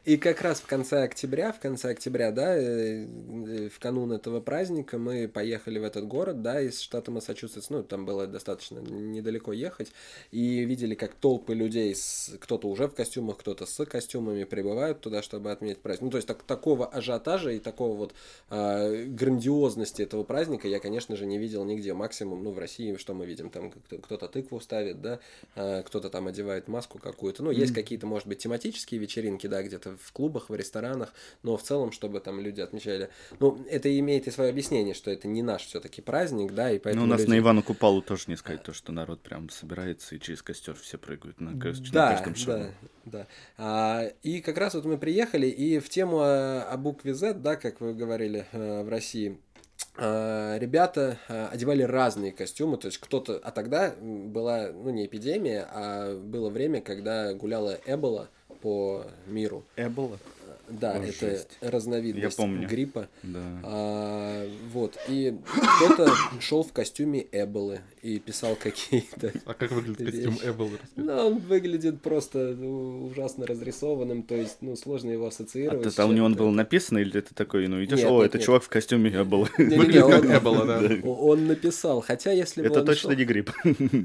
И как раз в конце октября, да, в канун этого праздника мы поехали в этот город, да, из штата Массачусетс, ну, там было достаточно недалеко ехать, и видели, как толпы людей, кто-то уже в костюмах, кто-то с костюмами прибывают туда, чтобы отметить праздник. Ну, то есть такого ажиотажа и такого вот грандиозности этого праздника я, конечно же, не видел нигде. Максимум, ну, в России, что мы видим, там кто-то тыкву ставит, да, кто-то там одевает маску какую-то. Ну, есть какие-то, может быть, тематические вечеринки, да, где-то в клубах, в ресторанах, но в целом, чтобы там люди отмечали. Ну, это имеет и свое объяснение, что это не наш все-таки праздник, да, и поэтому. Ну, у нас люди... на Ивана Купалу тоже не сказать то, что народ прям собирается и через костер все прыгают на каждом шагу. Да. И как раз вот мы приехали, и в тему о букве Z, да, как вы говорили в России, ребята одевали разные костюмы, то есть кто-то, а тогда была, ну, не эпидемия, а было время, когда гуляла Эбола по миру. Эбола? Да, это жесть. разновидность гриппа. Да. Вот, и кто-то шел в костюме Эболы и писал какие-то... А как выглядит костюм Эболы? Ну, он выглядит просто ужасно разрисованным, то есть, ну, сложно его ассоциировать. А у него он был написан, или это такой, ну, идешь, это нет. чувак в костюме Эболы. Выглядит как Эбола, да. Он написал, хотя если бы это точно не грипп.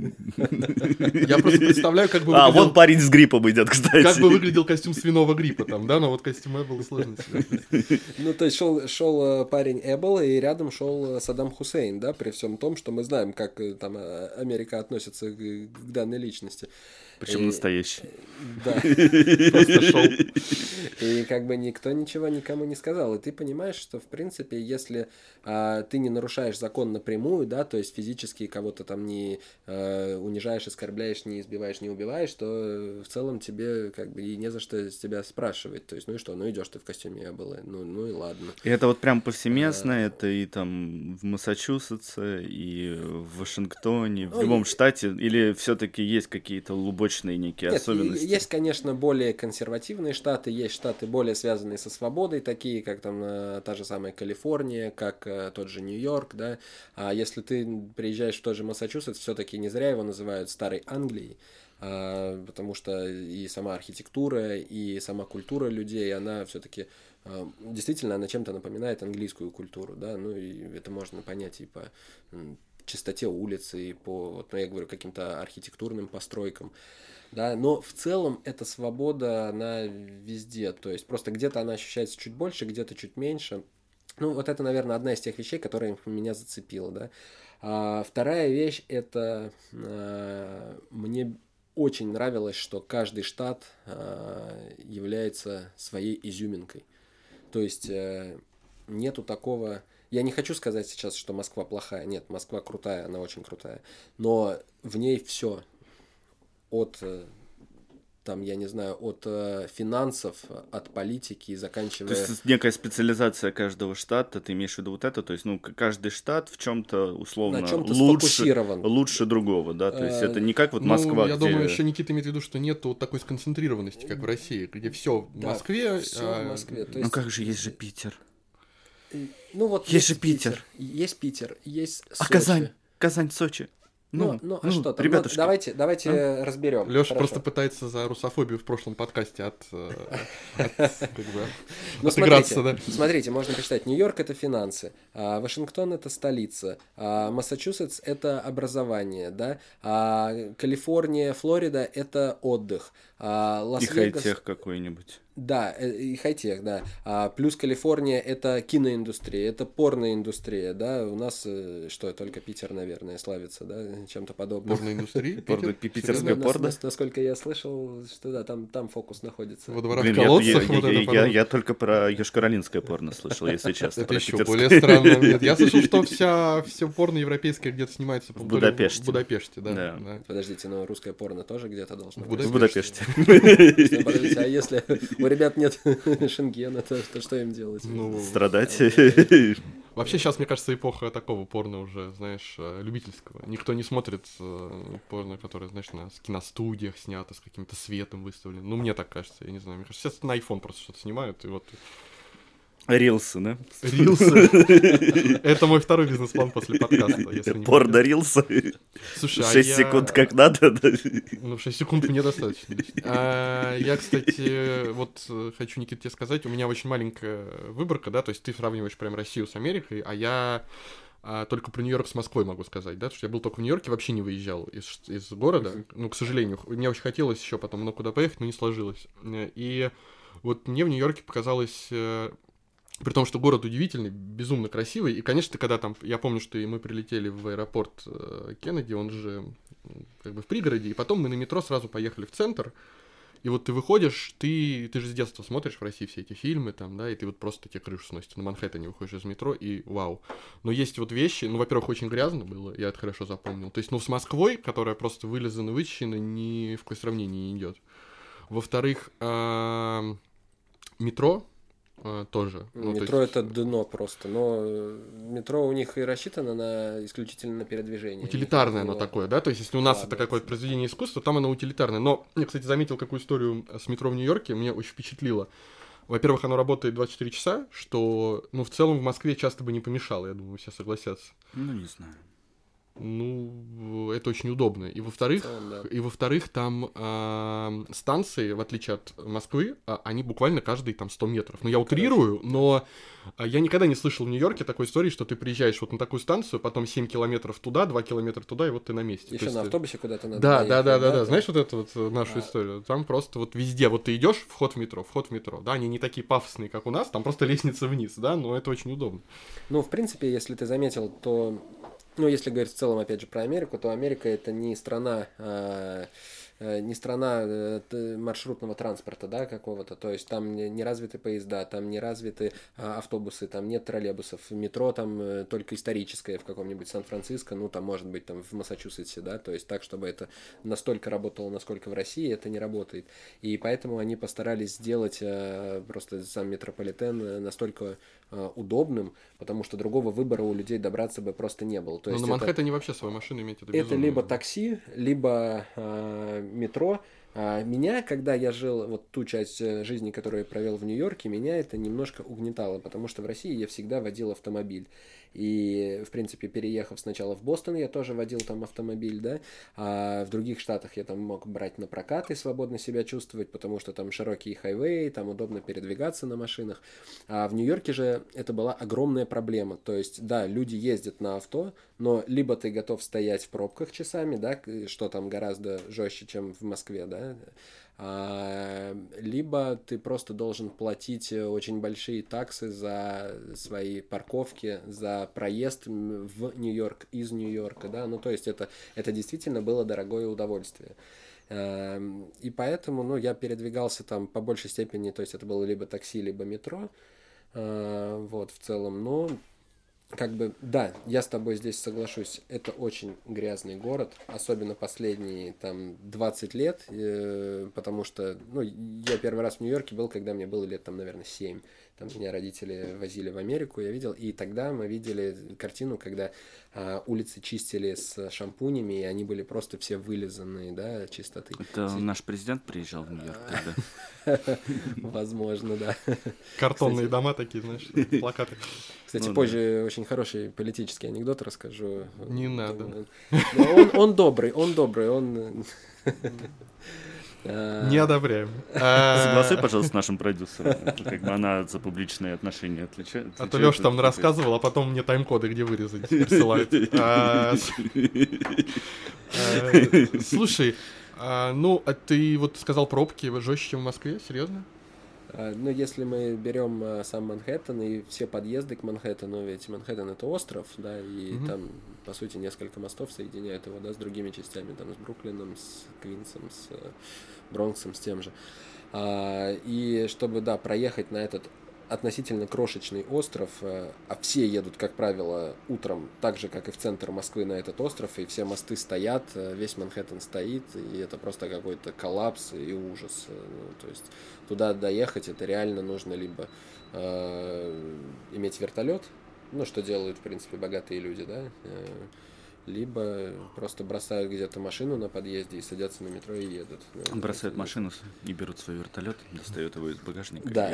Я просто представляю, как бы выглядел... вон парень с гриппом идет, кстати. Как бы выглядел костюм свиного гриппа там, да, но вот костюм Эболы сложно себе. Ну, то есть шел парень Эбола, и рядом шел Саддам Хусейн, да, при всем том, что мы знаем, как там Америка относится к данной личности. Причем настоящий. Да. Просто шел. И как бы никто ничего никому не сказал. И ты понимаешь, что в принципе, если ты не нарушаешь закон напрямую, да, то есть физически кого-то там не унижаешь, оскорбляешь, не избиваешь, не убиваешь, то в целом тебе как бы и не за что с тебя спрашивать. То есть, ну и что, ну идешь ты в костюме Эболы, ну и ладно. И это вот прям повсеместно, это и там в Массачусетсе, и в Вашингтоне, в любом штате, или все-таки есть какие-то лубочные некие особенности? Есть, конечно, более консервативные штаты, есть штаты более связанные со свободой, такие как там та же самая Калифорния, как тот же Нью-Йорк, да. А если ты приезжаешь в тот же Массачусетс, все-таки не зря его называют Старой Англией, потому что и сама архитектура, и сама культура людей, она все-таки действительно она чем-то напоминает английскую культуру, да, ну и это можно понять и по чистоте улицы, и по, вот, ну, я говорю, каким-то архитектурным постройкам, да, но в целом эта свобода, она везде, то есть просто где-то она ощущается чуть больше, где-то чуть меньше. Ну, вот это, наверное, одна из тех вещей, которая меня зацепила, да. Вторая вещь, это мне очень нравилось, что каждый штат является своей изюминкой. То есть нету такого... Я не хочу сказать сейчас, что Москва плохая. Нет, Москва крутая, она очень крутая. Но в ней все. От, там, я не знаю, от финансов, от политики и заканчивая... То есть некая специализация каждого штата, ты имеешь в виду вот это? То есть, ну, каждый штат в чем-то условно лучше другого, да? То есть это не как вот Москва, я думаю, еще Никита имеет в виду, что нету вот такой сконцентрированности, как в России, где все в Москве. Все в Москве. То есть... Ну как же, есть же Питер. Ну вот есть же Питер. Есть Питер, есть Сочи. А Казань, Сочи. Ну, а что там? Ребятушки. Давайте разберем. Леша просто пытается за русофобию в прошлом подкасте отыграться, да. Смотрите, можно почитать. Нью-Йорк — это финансы, Вашингтон — это столица, Массачусетс — это образование, да, Калифорния, Флорида — это отдых, Лас-Вегас... И хай-тех какой-нибудь. Да, и хай-тех, да. Плюс Калифорния — это киноиндустрия, это порноиндустрия, да. У нас, что, только Питер, наверное, славится, да, чем-то подобным. Порноиндустрия? Питерская порно? Насколько я слышал, что да, там фокус находится. Во дворах колодцев. Я только про Йошкар-Олинское порно слышал, если честно. Это еще более странно. Нет, я слышал, что все порно европейское где-то снимается в Будапеште. В Будапеште, да. Подождите, но русское порно тоже где-то должно быть. В Будапеште. Подождите, а если у ребят нет Шенгена, то что им делать? Страдать. Вообще сейчас, мне кажется, эпоха такого порно уже, знаешь, любительского. Никто не смотрит порно, которое, знаешь, на киностудиях снято, с каким-то светом выставлено. Ну, мне так кажется, я не знаю. Мне кажется, сейчас на iPhone просто что-то снимают, и вот... Рилсы, да? Рилсы. Это мой второй бизнес-план после подкаста, если не Порно-рилсы. Слушай, 6 секунд как надо. Ну, 6 секунд мне достаточно. Я, кстати, вот хочу, Никита, тебе сказать, у меня очень маленькая выборка, да, то есть ты сравниваешь прям Россию с Америкой, а я только про Нью-Йорк с Москвой могу сказать, да, потому что я был только в Нью-Йорке, вообще не выезжал из города, ну, к сожалению, мне очень хотелось еще потом много куда поехать, но не сложилось. И вот мне в Нью-Йорке показалось... При том, что город удивительный, безумно красивый. И, конечно, когда там... Я помню, что мы прилетели в аэропорт Кеннеди, он же как бы в пригороде, и потом мы на метро сразу поехали в центр. И вот ты выходишь, ты же с детства смотришь в России все эти фильмы, там, да, и ты вот просто тебе крышу сносит. На Манхэттене выходишь из метро, и вау. Но есть вот вещи, ну, во-первых, очень грязно было, я это хорошо запомнил. То есть, ну, с Москвой, которая просто вылизана, вычищена, ни в какое сравнение не идет. Во-вторых, метро тоже. Ну, метро есть... это дно просто, но метро у них и рассчитано на исключительно на передвижение. Утилитарное оно такое, да? То есть, если у нас это какое-то произведение искусства, там оно утилитарное. Но я, кстати, заметил какую историю с метро в Нью-Йорке, меня очень впечатлило. Во-первых, оно работает 24 часа, что, ну, в целом в Москве часто бы не помешало, я думаю, все согласятся. Ну, не знаю. Ну, это очень удобно. И во-вторых, там станции, в отличие от Москвы, они буквально каждые там 100 метров. Ну, я утрирую, но я никогда не слышал в Нью-Йорке такой истории, что ты приезжаешь вот на такую станцию, потом 7 километров туда, 2 километра туда, и вот ты на месте. Еще на автобусе куда-то надо Да. Знаешь вот эту вот нашу историю? Там просто вот везде, вот ты идешь, вход в метро, да, они не такие пафосные, как у нас, там просто лестница вниз, да, но это очень удобно. Ну, в принципе, если ты заметил, то... Ну, если говорить в целом, опять же, про Америку, то Америка это не страна маршрутного транспорта, да, какого-то, то есть там не развиты поезда, там не развиты автобусы, там нет троллейбусов, метро там только историческое в каком-нибудь Сан-Франциско, ну, там, может быть, там в Массачусетсе, да, то есть так, чтобы это настолько работало, насколько в России, это не работает, и поэтому они постарались сделать просто сам метрополитен настолько удобным, потому что другого выбора у людей добраться бы просто не было. То есть на Манхэттене вообще свою машину иметь это безумно. Это либо такси, либо метро. Меня, когда я жил, вот ту часть жизни, которую я провел в Нью-Йорке, меня это немножко угнетало, потому что в России я всегда водил автомобиль. И, в принципе, переехав сначала в Бостон, я тоже водил там автомобиль, да, а в других штатах я там мог брать на прокат и свободно себя чувствовать, потому что там широкие хайвеи, там удобно передвигаться на машинах. А в Нью-Йорке же это была огромная проблема, то есть, да, люди ездят на авто, но либо ты готов стоять в пробках часами, да, что там гораздо жестче, чем в Москве, да, либо ты просто должен платить очень большие таксы за свои парковки, за проезд в Нью-Йорк из Нью-Йорка, да, ну то есть это действительно было дорогое удовольствие. И поэтому, ну, я передвигался там по большей степени, то есть это было либо такси, либо метро, вот, в целом, но как бы, да, я с тобой здесь соглашусь, это очень грязный город, особенно последние там 20 лет, потому что, ну, я первый раз в Нью-Йорке был, когда мне было лет там, наверное, 7, там меня родители возили в Америку, я видел, и тогда мы видели картину, когда улицы чистили с шампунями, и они были просто все вылизанные, да, чистоты. Это наш президент приезжал в Нью-Йорк тогда. Возможно, да. Картонные дома такие, знаешь, плакаты. Кстати, позже очень хороший политический анекдот расскажу. Не надо. Он добрый, он... Не одобряем. Согласуй, пожалуйста, с нашим продюсером. Как бы она за публичные отношения отвечает. А то Лёша там рассказывал, а потом мне тайм-коды, где вырезать, присылает. Слушай, ну, а ты вот сказал пробки жестче, чем в Москве? Серьезно? Ну, если мы берем сам Манхэттен и все подъезды к Манхэттену, ведь Манхэттен это остров, да, и там, по сути, несколько мостов соединяют его, да, с другими частями, там, с Бруклином, с Квинсом, с Бронксом, с тем же. И чтобы, да, проехать на этот относительно крошечный остров, а все едут, как правило, утром, так же, как и в центр Москвы на этот остров, и все мосты стоят, весь Манхэттен стоит, и это просто какой-то коллапс и ужас. Ну, то есть туда доехать, это реально нужно либо иметь вертолет, ну, что делают, в принципе, богатые люди, да, либо просто бросают где-то машину на подъезде и садятся на метро и едут. Бросают машину и берут свой вертолет, достают его из багажника. Да.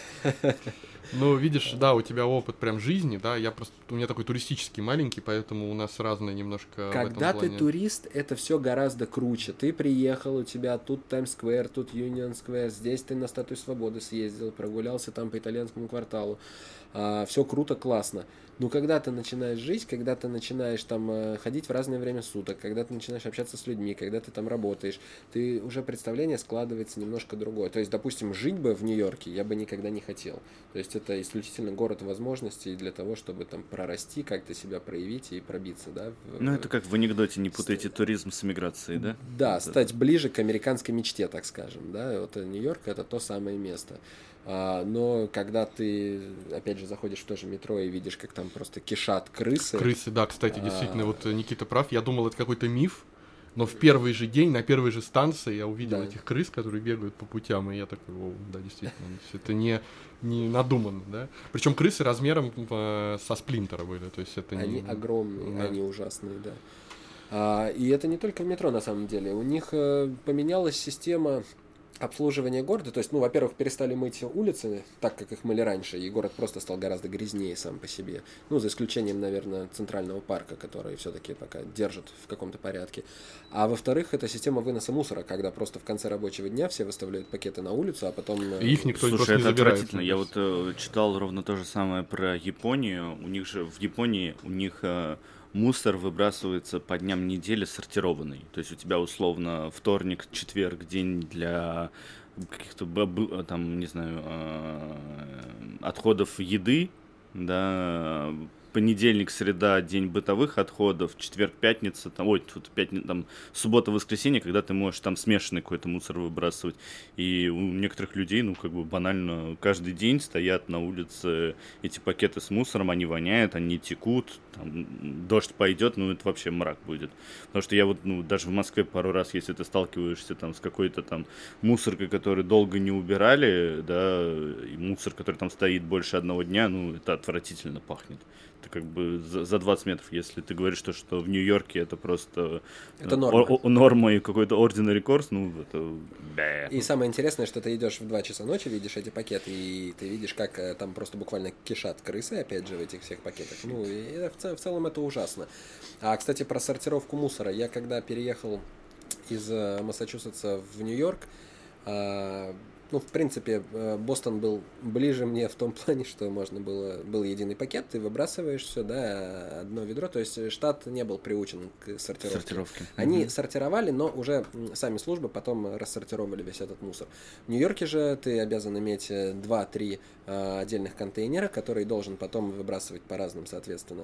Ну, видишь, да, у тебя опыт прям жизни, да, у меня такой туристический маленький, поэтому у нас разные немножко в этом Когда ты плане. турист, это все гораздо круче. Ты приехал, у тебя тут Таймс-сквер, тут Юнион-сквер, здесь ты на Статую Свободы съездил, прогулялся там по итальянскому кварталу. Все круто, классно. Но когда ты начинаешь жить, когда ты начинаешь там ходить в разное время суток, когда ты начинаешь общаться с людьми, когда ты там работаешь, ты уже представление складывается немножко другое. То есть, допустим, жить бы в Нью-Йорке я бы никогда не хотел. То есть это исключительно город возможностей для того, чтобы там прорасти, как-то себя проявить и пробиться, да. Ну, это как в анекдоте, не путайте туризм с эмиграцией, да? Да, стать ближе к американской мечте, так скажем, да. Вот Нью-Йорк — это то самое место. Но когда ты, опять же, заходишь в то же метро и видишь, как там просто кишат крысы. Крысы, да, кстати, действительно, вот Никита прав. Я думал, это какой-то миф, но в первый же день, на первой же станции я увидел этих крыс, которые бегают по путям, и я такой, да, действительно, это не надуманно, да. Причем крысы размером со сплинтера были, то есть это они огромные, они ужасные, да. И это не только в метро, на самом деле. У них поменялась система обслуживание города, то есть, во-первых, перестали мыть улицы, так как их мыли раньше, и город просто стал гораздо грязнее сам по себе. За исключением, наверное, Центрального парка, который все-таки пока держит в каком-то порядке. А во-вторых, это система выноса мусора, когда просто в конце рабочего дня все выставляют пакеты на улицу, а потом... И их никто просто не забирает. Слушай, это отвратительно. Я вот читал ровно то же самое про Японию. У них же в Японии, мусор выбрасывается по дням недели сортированный. То есть у тебя условно вторник, четверг, день для каких-то там, не знаю, отходов еды, да, понедельник, среда, день бытовых отходов, четверг, пятница, там, суббота, воскресенье, когда ты можешь там смешанный какой-то мусор выбрасывать. И у некоторых людей, банально, каждый день стоят на улице эти пакеты с мусором, они воняют, они текут, там, дождь пойдет, это вообще мрак будет. Потому что я даже в Москве пару раз, если ты сталкиваешься там с какой-то там мусоркой, которую долго не убирали, да, и мусор, который там стоит больше одного дня, это отвратительно пахнет. Это как бы за 20 метров, если ты говоришь, что в Нью-Йорке это просто это норма. Норма и какой-то ordinary course, это... И самое интересное, что ты идешь в 2 часа ночи, видишь эти пакеты, и ты видишь, как там просто буквально кишат крысы, опять же, в этих всех пакетах. И в целом это ужасно. Кстати, про сортировку мусора. Я когда переехал из Массачусетса в Нью-Йорк, в принципе, Бостон был ближе мне в том плане, что был единый пакет, ты выбрасываешь все, да, одно ведро, то есть штат не был приучен к сортировке. Они сортировали, но уже сами службы потом рассортировали весь этот мусор. В Нью-Йорке же ты обязан иметь 2-3 отдельных контейнера, которые должен потом выбрасывать по разным, соответственно,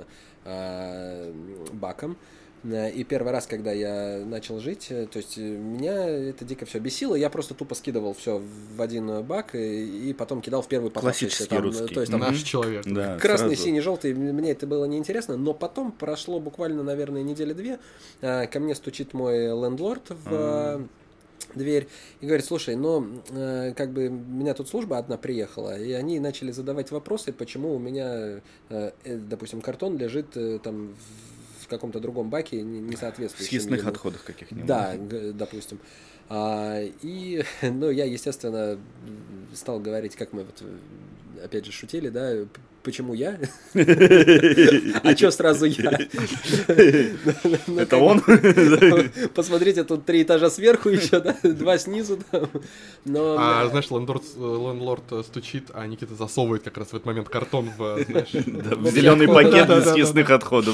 бакам. И первый раз, когда я начал жить, то есть меня это дико все бесило, я просто тупо скидывал все в один бак и потом кидал в первый попавшийся. Классический русский. То есть, наш человек. Да, красный, сразу. синий, желтый, мне это было неинтересно, но потом прошло буквально, наверное, недели 2, ко мне стучит мой лендлорд в дверь и говорит: слушай, меня тут служба одна приехала, и они начали задавать вопросы, почему у меня, допустим, картон лежит там в каком-то другом баке, не соответствующем. В съестных отходах каких-нибудь. Да, допустим. Я, естественно, стал говорить, как мы опять же шутили, да, почему я? А чё сразу я? Это он? Посмотрите, тут 3 этажа сверху еще, да, 2 снизу. Знаешь, лендлорд стучит, а Никита засовывает как раз в этот момент картон в зеленый пакет из съестных отходов.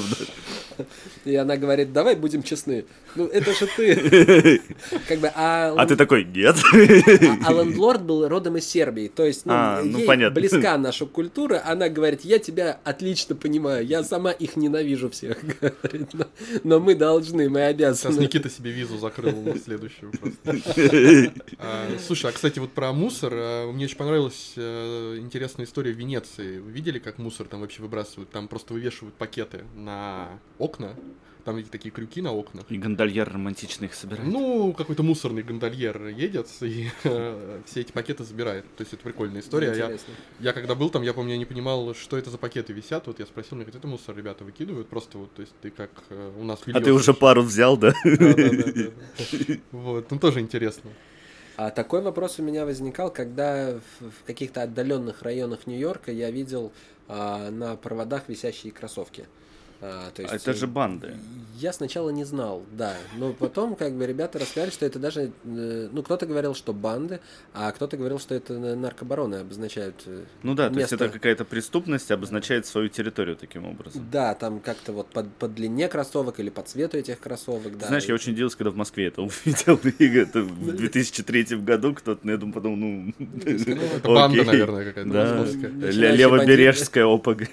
И она говорит: давай будем честны. Это же ты. А ты такой: нет. А лендлорд был родом из Сербии. То есть, ей близка наша культура. Она говорит: я тебя отлично понимаю. Я сама их ненавижу всех. Но мы должны, мы обязаны. Сейчас Никита себе визу закрыл на следующую просто. Слушай, кстати, вот про мусор. Мне очень понравилась интересная история в Венеции. Вы видели, как мусор там вообще выбрасывают? Там просто вывешивают пакеты на окна. там такие крюки на окнах. И гондольер романтично их собирает. Ну, какой-то мусорный гондольер едет и все эти пакеты забирает. То есть это прикольная история. Я когда был там, я помню, я не понимал, что это за пакеты висят. Вот я спросил, мне говорят, это мусор ребята выкидывают. Просто вот, то есть ты как у нас... А ты уже пару взял, да? Да. Вот, ну тоже интересно. А такой вопрос у меня возникал, когда в каких-то отдаленных районах Нью-Йорка я видел на проводах висящие кроссовки. То есть, это же банды. Я сначала не знал, да. Но потом как бы ребята рассказали, что это даже... Ну, кто-то говорил, что банды, а кто-то говорил, что это наркобароны обозначают Ну да, место. то есть это какая-то преступность обозначает свою территорию таким образом. Да, там как-то вот по длине кроссовок или по цвету этих кроссовок. Да. Знаешь, я очень удивился, когда в Москве это увидел. Это в 2003 году кто-то, я думаю, подумал, это банда, наверное, какая-то. Да, Левобережская ОПГ.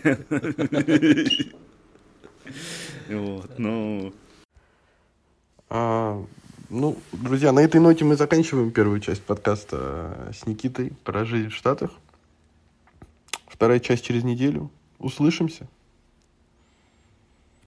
Вот, ну, друзья, на этой ноте мы заканчиваем первую часть подкаста с Никитой про жизнь в Штатах. Вторая часть через неделю. Услышимся.